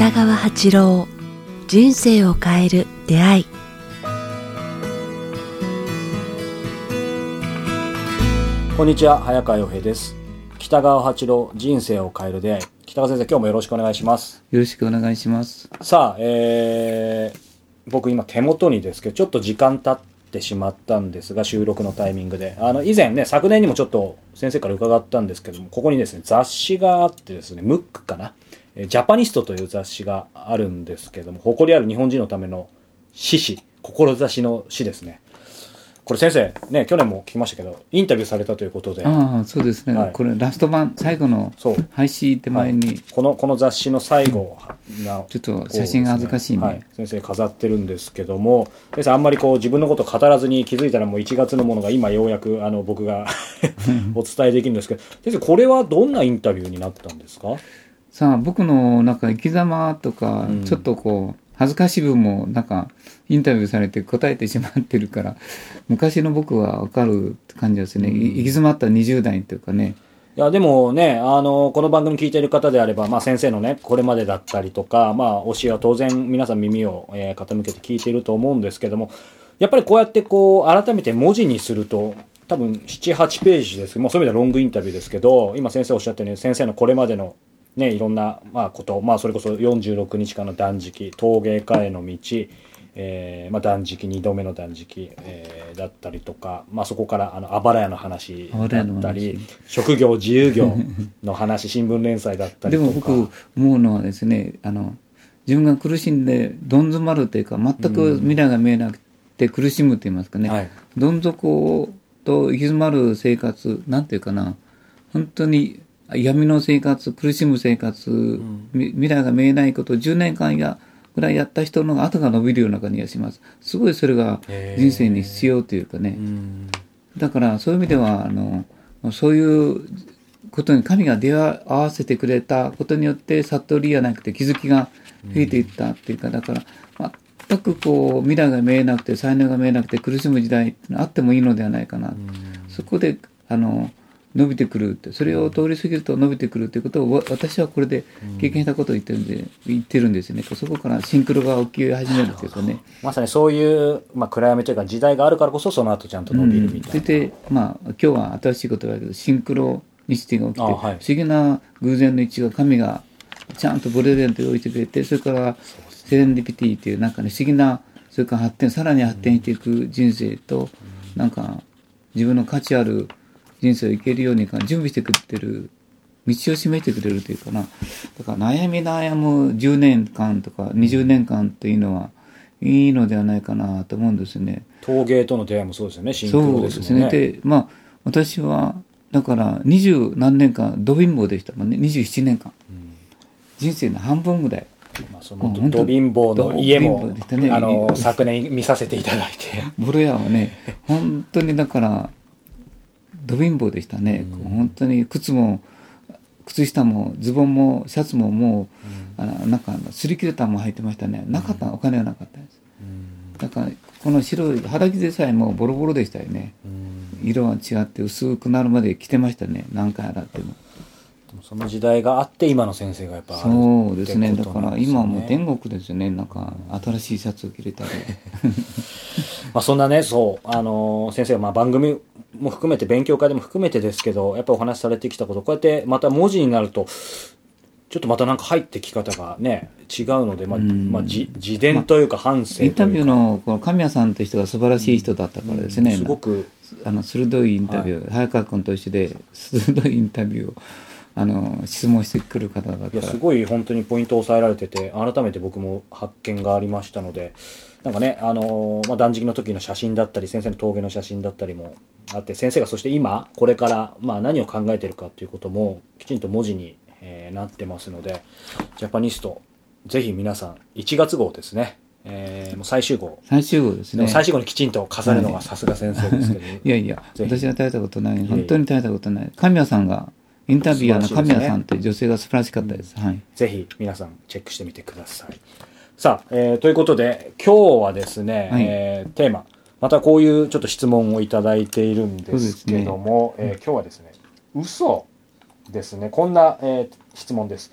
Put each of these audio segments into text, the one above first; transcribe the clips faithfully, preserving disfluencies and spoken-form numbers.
北川八郎、人生を変える出会い。 こんにちは、早川洋平です。北川八郎、人生を変える出会い。北川先生、今日もよろしくお願いします。 よろしくお願いします。 さあ、えー、僕今手元にですけど、ちょっと時間経ってしまったんですが、収録のタイミングで。あの、以前ね、昨年にもちょっと先生から伺ったんですけども、ここにですね、雑誌があってですね、ムックかな。ジャパニストという雑誌があるんですけども、誇りある日本人のための志士、志の志ですね。これ先生、ね、去年も聞きましたけど、インタビューされたということで。 ああ、そうですね。はい、これラスト版、最後の配信手前に、はい、 この、この雑誌の最後が、 ちょっと写真が恥ずかしいね。 はい、先生飾ってるんですけども、先生あんまりこう自分のことを語らずに気づいたらもういちがつのものが今ようやくあの僕がお伝えできるんですけど、先生これはどんなインタビューになったんですか？ さあ、僕のなんか生き様とか、うん、ちょっとこう恥ずかしい部分もなんかインタビューされて答えてしまってるから、昔の僕は分かるって感じですね。うん、行き詰まったにじゅう代というかね。 いやでもね、あのこの番組聞いている方であれば、まあ、先生のねこれまでだったりとか、まあ、教えは当然皆さん耳を、えー、傾けて聞いていると思うんですけども、やっぱりこうやってこう改めて文字にすると多分ななはちページですけども、そういう意味ではロングインタビューですけど、今先生おっしゃったように先生のこれまでのね、いろんな、まあ、こと、まあ、それこそよんじゅうろくにちかんの断食、陶芸家への道、えーまあ、断食にどめの断食、えー、だったりとか、まあ、そこからあのあばら屋の話だったり、職業自由業の話新聞連載だったりとか。 でも僕思うのはですね、あの自分が苦しんでどん詰まるというか、全く未来が見えなくて苦しむと言いますかね、うんはい、どん底と行き詰まる生活、なんていうかな、本当に闇の生活、苦しむ生活、うん、未来が見えないことをじゅうねんかんやぐらいやった人の後が伸びるような感じがします。すごいそれが人生に必要というかね。だからそういう意味ではあのそういうことに神が出会わせてくれたことによって悟りやなくて気づきが増えていったっていうか、だから全くこう未来が見えなくて才能が見えなくて苦しむ時代あってもいいのではないかな。そこであの伸びてくるって、それを通り過ぎると伸びてくるということを私はこれで経験したことを言ってるんで、言ってるんですよね。そこからシンクロが起き始めるというかね。 まさにそういう、まあ、暗闇というか時代があるからこそその後ちゃんと伸びるみたいな。 うん、で、まあ、今日は新しい言葉だけどシンクロニシティが起きて、はい、不思議な偶然の一致が神がちゃんとプレゼントを置いてくれて、それからセレンディピティというなんかね不思議な、それから発展さらに発展していく人生と、うん、なんか自分の価値ある人生を生きるように準備してくれてる、道を示してくれるというかな。だから悩み悩むじゅうねんかんとかにじゅうねんかんというのはいいのではないかなと思うんですね。 陶芸との出会いもそうですよね。シンクロですもんね。そうですね。 で、まあ私はだから二十何年間ど貧乏でしたもんね。にじゅうななねんかん、うん、人生の半分ぐらい。 まあ、そのど貧乏の家も、ね、あの昨年見させていただいて、 ボロ屋はね本当にだからど貧乏でしたね、うん、本当に靴も靴下もズボンもシャツももう、うん、あなんか擦り切れたも履いてましたね。なかった、お金はなかったです、うん、だからこの白い肌着でさえもボロボロでしたよね、うん、色は違って薄くなるまで着てましたね、何回洗っても。 その時代があって今の先生がやっぱあるってことなんですね。そうですね。だから今はもう天国ですよね。なんか新しいシャツを着れたりまあそんなね、そうあのー、先生はまあ番組も含めて勉強会でも含めてですけど、やっぱお話しされてきたこと、こうやってまた文字になるとちょっとまたなんか入ってき方がね違うので、まあまあ、自, 自伝というか反省というか、 まあ、インタビューのこの神谷さんという人が素晴らしい人だったからですね、 うん、すごくあの鋭いインタビュー、はい、早川君と一緒で鋭いインタビューをあの質問してくる方だから、いやすごい本当にポイントを押さえられてて、改めて僕も発見がありましたので、なんかね、あのーまあ、断食の時の写真だったり先生の陶芸の写真だったりもあって、先生がそして今これから、まあ、何を考えているかということもきちんと文字に、えー、なってますので、ジャパニストぜひ皆さんいちがつ号ですね、えー、もう最終号最終号ですね。 最終号にきちんと飾るのがさすが先生ですけど、 いやいや私は大したことない、本当に大したことない。神谷さんがインタビュアーの神谷さんという女性が素晴らしかったです、うん、はい、 ぜひ皆さんチェックしてみてください。さあ、えー、ということで今日はですね、はい、えー、テーマまたこういうちょっと質問をいただいているんですけども、ね、えー、今日はですね嘘ですね。こんな、えー、質問です。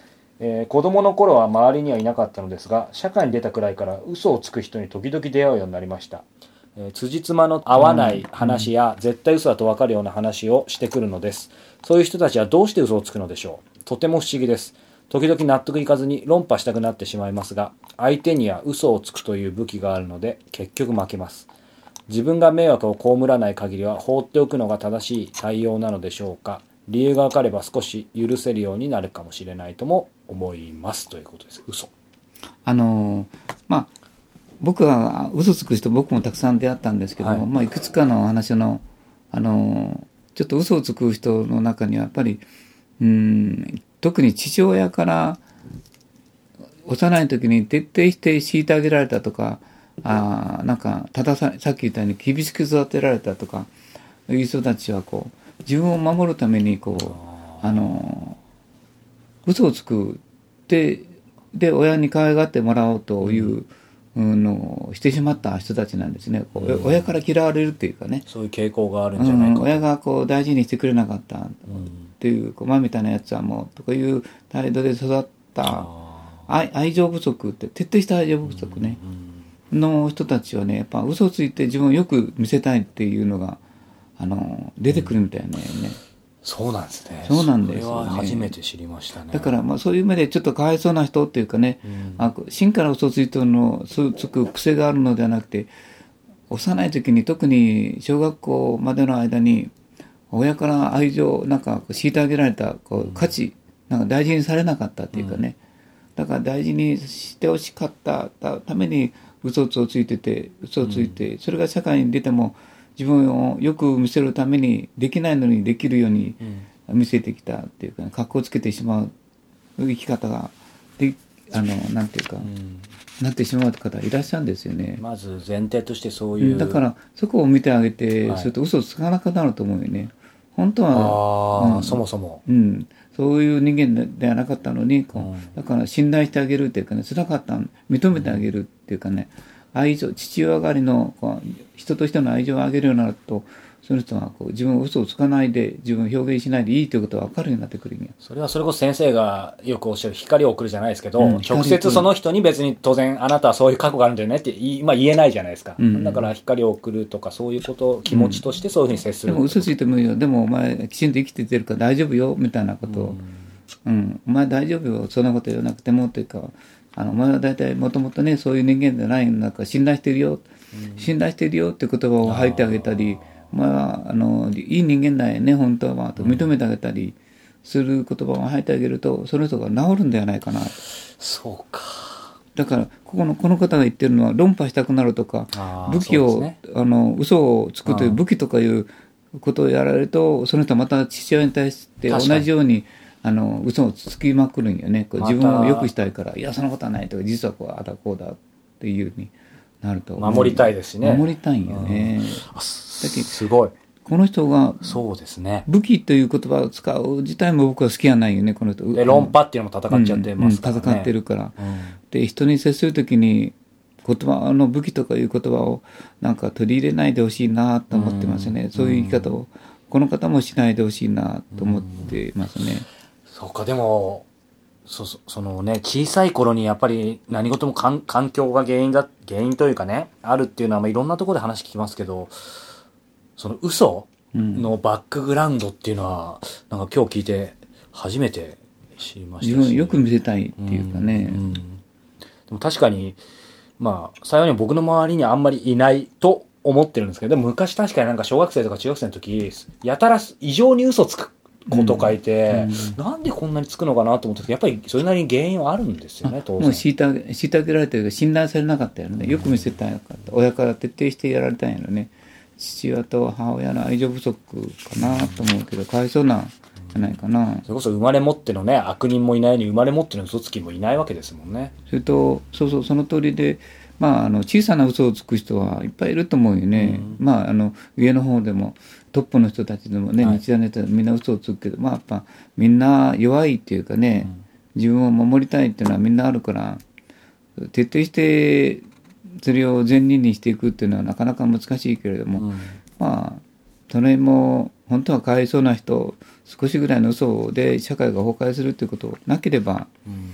えー、子供の頃は周りにはいなかったのですが、社会に出たくらいから嘘をつく人に時々出会うようになりました。えー、辻褄の合わない話や、絶対嘘だと分かるような話をしてくるのです。そういう人たちはどうして嘘をつくのでしょう。とても不思議です。時々納得いかずに論破したくなってしまいますが、相手には嘘をつくという武器があるので結局負けます。自分が迷惑を被らない限りは放っておくのが正しい対応なのでしょうか。理由が分かれば少し許せるようになるかもしれないとも思いますということです。嘘。 あのまあ僕は嘘つく人僕もたくさん出会ったんですけども、はい、まあ、いくつかの話のあのちょっと嘘をつく人の中にはやっぱりうーん特に父親から幼い時に徹底して虐げられたとか、あなんかただ さ, さっき言ったように厳しく育てられたとかいう人たちはこう自分を守るためにこうあの嘘をつくってで親に可愛がってもらおうというのをしてしまった人たちなんですね。こう、うん、親から嫌われるっていうかね、 そういう傾向があるんじゃないか、うん、 親がこう大事にしてくれなかったっていう、こう前みたいなやつはもうとかいう態度で育った愛, 愛情不足って徹底した愛情不足ね、うんうん、の人たちはねやっぱ嘘をついて自分をよく見せたいっていうのがあの出てくるみたいなね、うん、 そうなんですね。 そうなんですよね。 それは初めて知りましたね。 だからまあそういう目でちょっとかわいそうな人っていうかね、うん、あ真から嘘ついてるのつく癖があるのではなくて、幼い時に特に小学校までの間に親から愛情なんか虐げられたこう価値なんか大事にされなかったっていうかね、うん、だから大事にしてほしかったために嘘をついてて嘘をついて、うん、それが社会に出ても自分をよく見せるためにできないのにできるように見せてきたっていうか、ね、格好つけてしまう生き方がであのなんていうか、うん、なってしまう方いらっしゃるんですよね。 まず前提としてそういう、 だからそこを見てあげて、はい、すると嘘をつかなくなると思うよね。本当はあ、うん、そもそも、 うん、そういう人間ではなかったのにこう、うん、だから信頼してあげるっていうかね、辛かった認めてあげるっていうかね、愛情父親代わりのこう人としての愛情をあげるようになると、その人はこう自分を嘘をつかないで自分を表現しないでいいということが分かるようになってくるんや。 それはそれこそ先生がよくおっしゃる光を送るじゃないですけど、うん、直接その人に別に当然あなたはそういう過去があるんだよねって言い、まあ、言えないじゃないですか、うん、だから光を送るとかそういうこと気持ちとしてそういうふうに接する、 うん、でも嘘ついてもいいよ、でもお前きちんと生きててるから大丈夫よみたいなことを、うんうん、お前大丈夫よそんなこと言わなくてもというか、あのお前は大体もともとねそういう人間じゃないんだから信頼してるよ、うん、信頼してるよって言葉を吐いてあげたり、お前はあのいい人間だよね本当はと認めてあげたりする言葉を吐いてあげると、その人が治るんではないかな。 そうか。 だからここのこの方が言ってるのは論破したくなるとか武器を、ね、あの嘘をつくという武器とかいうことをやられると、その人はまた父親に対して同じようにあの嘘をつきまくるんよね。こう自分を良くしたいから、いやそんなことはないとか、実はこうあだこうだっていうふうになると守りたいですしね。 守りたいんよね。 だけすごい。 この人がそうですね。 武器という言葉を使う自体も僕は好きはないよね。この人。 で論破っていうのも戦っちゃってますからね。 うんうん、戦ってるから、うん。で人に接するときに言葉の武器とかいう言葉をなんか取り入れないでほしいなと思ってますね。うん、そういう生き方をこの方もしないでほしいなと思ってますね。うん、 そうか。でもそそのね小さい頃にやっぱり何事も環境が原因だ原因というかねあるっていうのは、まあ、いろんなところで話聞きますけど、その嘘のバックグラウンドっていうのは、うん、なんか今日聞いて初めて知りましたし、 自分をよく見せたいっていうかね、うんうん、 でも確かにまあ幸いに僕の周りにはあんまりいないと思ってるんですけど、でも昔確かになんか小学生とか中学生の時やたら異常に嘘つく子と書いて、うん、なんでこんなにつくのかなと思った時、やっぱりそれなりに原因はあるんですよね。当然もう虐げ、虐げられてるけど信頼されなかったよね。よく見せたいのかった、親から徹底してやられたんやろね。父親と母親の愛情不足かなと思うけど、かわいそうなんじゃないかな。 それこそ生まれ持ってのね悪人もいないように生まれ持っての嘘つきもいないわけですもんね。 それとそうそうその通りで、まあ、あの小さな嘘をつく人はいっぱいいると思うよね、うん、まああの上の方でもトップの人たちでもね、はい、日大の人はみんな嘘をつくけど、まあやっぱみんな弱いっていうかね、うん、自分を守りたいっていうのはみんなあるから、徹底してそれを善人にしていくっていうのはなかなか難しいけれども、うん、まあそれも本当はかわいそうな人、少しぐらいの嘘で社会が崩壊するっていうことなければ、うん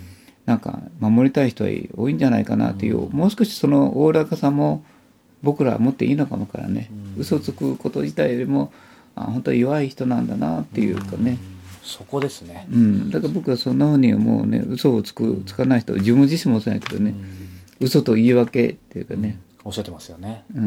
なんか守りたい人は多いんじゃないかなっていう、うん、もう少しそのおおらかさも僕らは持っていいのかもからね、うん、嘘つくこと自体よりもあ本当に弱い人なんだなっていうかね、うん、 そこですね、 うん、だから僕はそんなふうに思うね。嘘をつくつかない人、自分自身もそうやけどね、うん、嘘と言い訳っていうかね、 うん、おっしゃってますよね、 うん、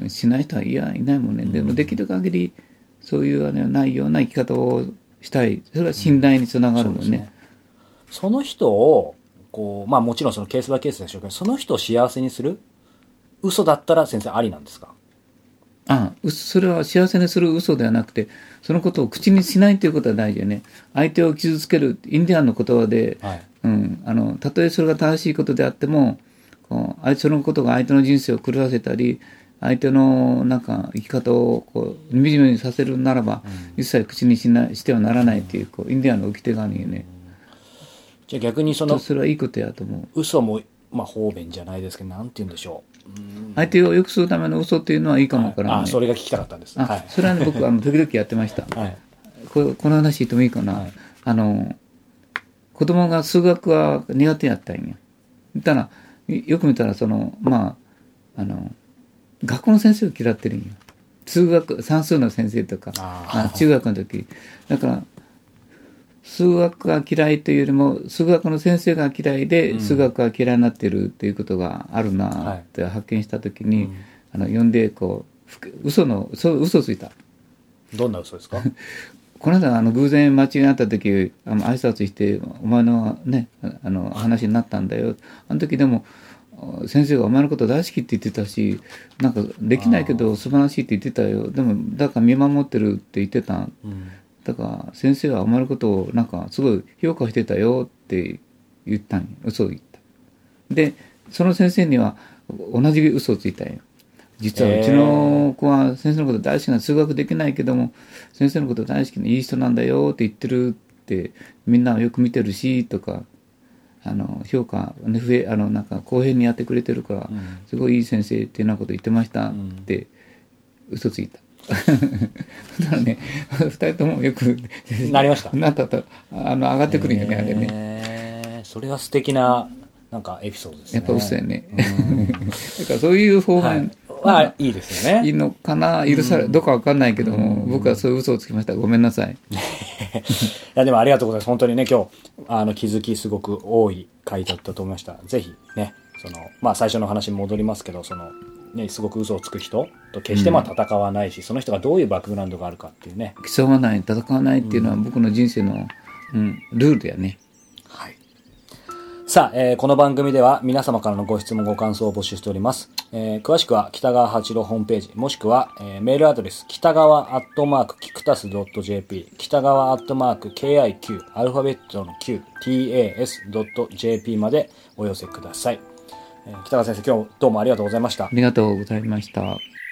しない人はいやいないもんね、うん、でもできる限りそういうあれないような生き方をしたい。それは信頼につながるもんね、うん、 そ, ねその人をこう、まあもちろんそのケースバイケースでしょうけど、その人を幸せにする嘘だったら先生ありなんですか？ ああ、それは幸せにする嘘ではなくて、そのことを口にしないということは大事よね。相手を傷つけるインディアンの言葉で、はい、うん、あのたとえそれが正しいことであっても、こうそのことが相手の人生を狂わせたり、相手のなんか生き方をこう惨めにさせるならば、うん、一切口にしなしてはならないという、こうインディアンの掟があるよね。 じゃあ逆にそのそれはいいことやと思う。 嘘もまあ方便じゃないですけど、なんて言うんでしょう。 相手を良くするための嘘っていうのはいいかもわからない、ね。 はい、あ、それが聞きたかったんです。 あ、 はい、 それはね、僕あの時々やってました。はい、こ, この話言ってもいいかな。はい、あの子供が数学は苦手やったんや。言ったらよく見たらそのまああの学校の先生を嫌ってるんよ。数学算数の先生とか、あ中学の時だから。数学が嫌いというよりも数学の先生が嫌いで数学が嫌いになってるっていうことがあるなって発見したときに、はい、あの読んでこう嘘の嘘嘘ついた。 どんな嘘ですか？ この間あの偶然間違えた時あの挨拶してお前のねあの話になったんだよ。あの時でも先生がお前のこと大好きって言ってたし、なんかできないけど素晴らしいって言ってたよ。でもだから見守ってるって言ってた。うん、だから先生はお前のことをなんかすごい評価してたよって言ったんよ。嘘を言った。でその先生には同じ嘘をついたんよ。実はうちの子は先生のこと大好きな、数学できないけども先生のこと大好きないい人なんだよって言ってるって、みんなよく見てるしとか、あの評価、ね、増えあのなんか公平にやってくれてるから、うん、すごいいい先生っていうようなこと言ってましたって嘘ついた。だからね、二人ともよくなりました。 なったとあの上がってくるんよね、あれね。 それは素敵ななんかエピソードですね。 やっぱ嘘やね。だからそういう方面は、はい、いいですよね。 いいのかな、許され、どうかわかんないけども、僕はそういう嘘をつきました。ごめんなさい。いやでもありがとうございます。本当にね今日あの気づきすごく多い回だったと思いました。ぜひねそのまあ最初の話に戻りますけど、そのねすごく嘘をつく人と決してまあ戦わないし、うん、その人がどういうバックグラウンドがあるかっていうね。 競わない、戦わないっていうのは僕の人生の、うん、ルールやね。 はい。さあ、えー、この番組では皆様からのご質問ご感想を募集しております。えー、詳しくは北川八郎ホームページもしくは、えー、メールアドレス北川アットマークキクタス .jp 北川アットマーク ケーアイキュー アルファベットの Q タス .jp までお寄せください。えー、北川先生今日どうもありがとうございました。 ありがとうございました。